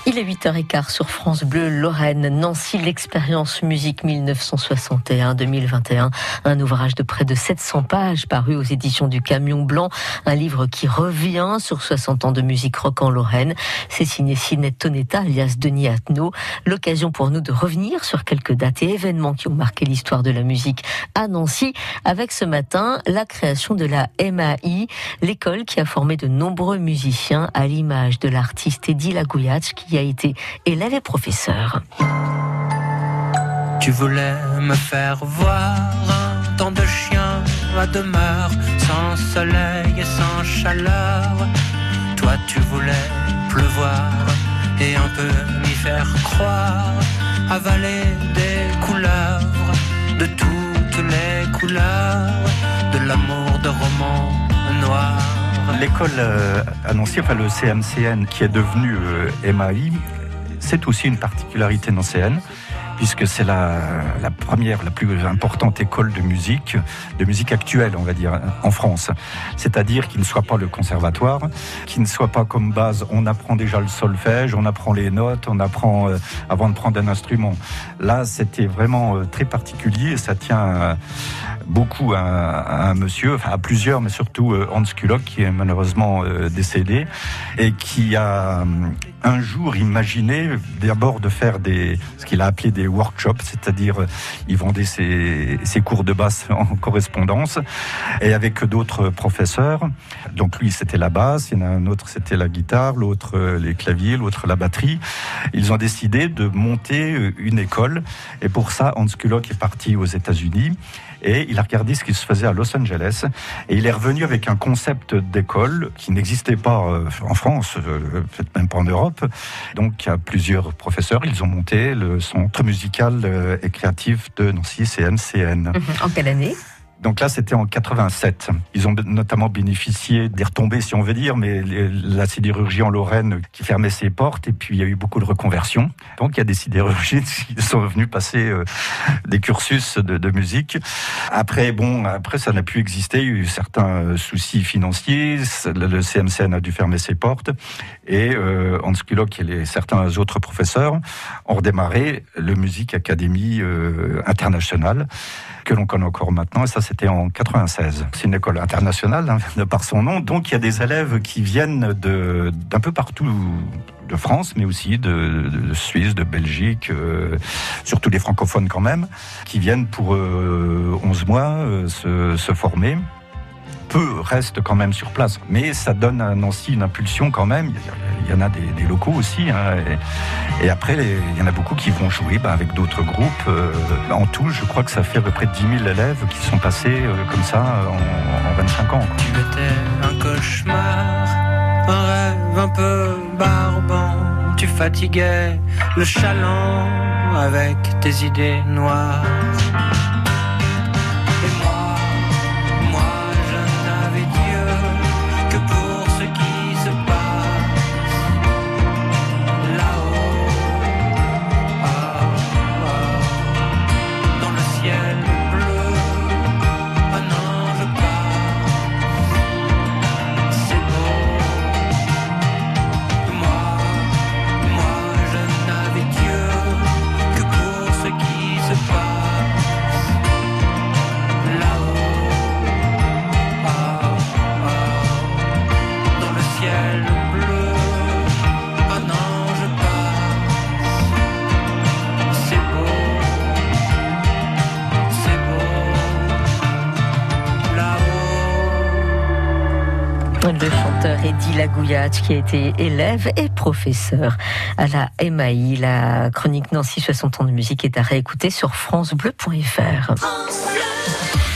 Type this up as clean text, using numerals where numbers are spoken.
Il est 8h15 sur France Bleu Lorraine. Nancy, l'expérience musique 1961-2021. Un ouvrage de près de 700 pages paru aux éditions du Camion Blanc. Un livre qui revient sur 60 ans de musique rock en Lorraine. C'est signé Sinette Tonetta, alias Denis Attenot. L'occasion pour nous de revenir sur quelques dates et événements qui ont marqué l'histoire de la musique à Nancy. Avec ce matin, la création de la MAI, l'école qui a formé de nombreux musiciens à l'image de l'artiste Eddie Lagouillac qui a été élève et professeur. Tu voulais me faire voir un temps de chien à demeure, sans soleil et sans chaleur. Toi tu voulais pleuvoir et un peu m'y faire croire, avaler des couleurs, de toutes les couleurs, de l'amour de roman noir. L'école à Nancy, enfin le CMCN qui est devenu MAI, c'est aussi une particularité nancéenne, puisque c'est la première, la plus importante école de musique actuelle, on va dire, en France. C'est-à-dire qu'il ne soit pas le conservatoire, qu'il ne soit pas comme base, on apprend déjà le solfège, on apprend les notes, on apprend avant de prendre un instrument. Là, c'était vraiment très particulier, et ça tient beaucoup à un monsieur, enfin à plusieurs, mais surtout Hans Kulock, qui est malheureusement décédé, et qui a un jour imaginé d'abord de faire ce qu'il a appelé des workshops, c'est-à-dire il vendait ses cours de basse en correspondance et avec d'autres professeurs. Donc lui c'était la basse, il y en a un autre c'était la guitare, l'autre les claviers, l'autre la batterie. Ils ont décidé de monter une école et pour ça Hans Kulock est parti aux États-Unis. Et il a regardé ce qui se faisait à Los Angeles. Et il est revenu avec un concept d'école qui n'existait pas en France, peut-être même pas en Europe. Donc, il y a plusieurs professeurs. Ils ont monté le centre musical et créatif de Nancy, CMCN. En quelle année ? Donc là, c'était en 87. Ils ont notamment bénéficié des retombées, si on veut dire, mais la sidérurgie en Lorraine qui fermait ses portes, et puis il y a eu beaucoup de reconversions. Donc il y a des sidérurgies qui sont venus passer des cursus de musique. Après, ça n'a plus existé. Il y a eu certains soucis financiers. Le CMCN a dû fermer ses portes. Et Hans Kulock et certains autres professeurs ont redémarré le Music Academy international, que l'on connaît encore maintenant, et ça c'était en 96. C'est une école internationale, de par son nom, donc il y a des élèves qui viennent d'un peu partout de France, mais aussi de Suisse, de Belgique, surtout les francophones quand même, qui viennent pour 11 mois se former. Peu restent quand même sur place, mais ça donne à Nancy une impulsion quand même. Il y en a des locaux aussi, et après il y en a beaucoup qui vont jouer avec d'autres groupes. En tout, je crois que ça fait à peu près 10 000 élèves qui sont passés comme ça en 25 ans. Tu étais un cauchemar, un rêve un peu barbant. Tu fatiguais le chaland avec tes idées noires. Le chanteur Eddie Lagouillac qui a été élève et professeur à la MAI. La chronique Nancy 60 ans de musique est à réécouter sur francebleu.fr.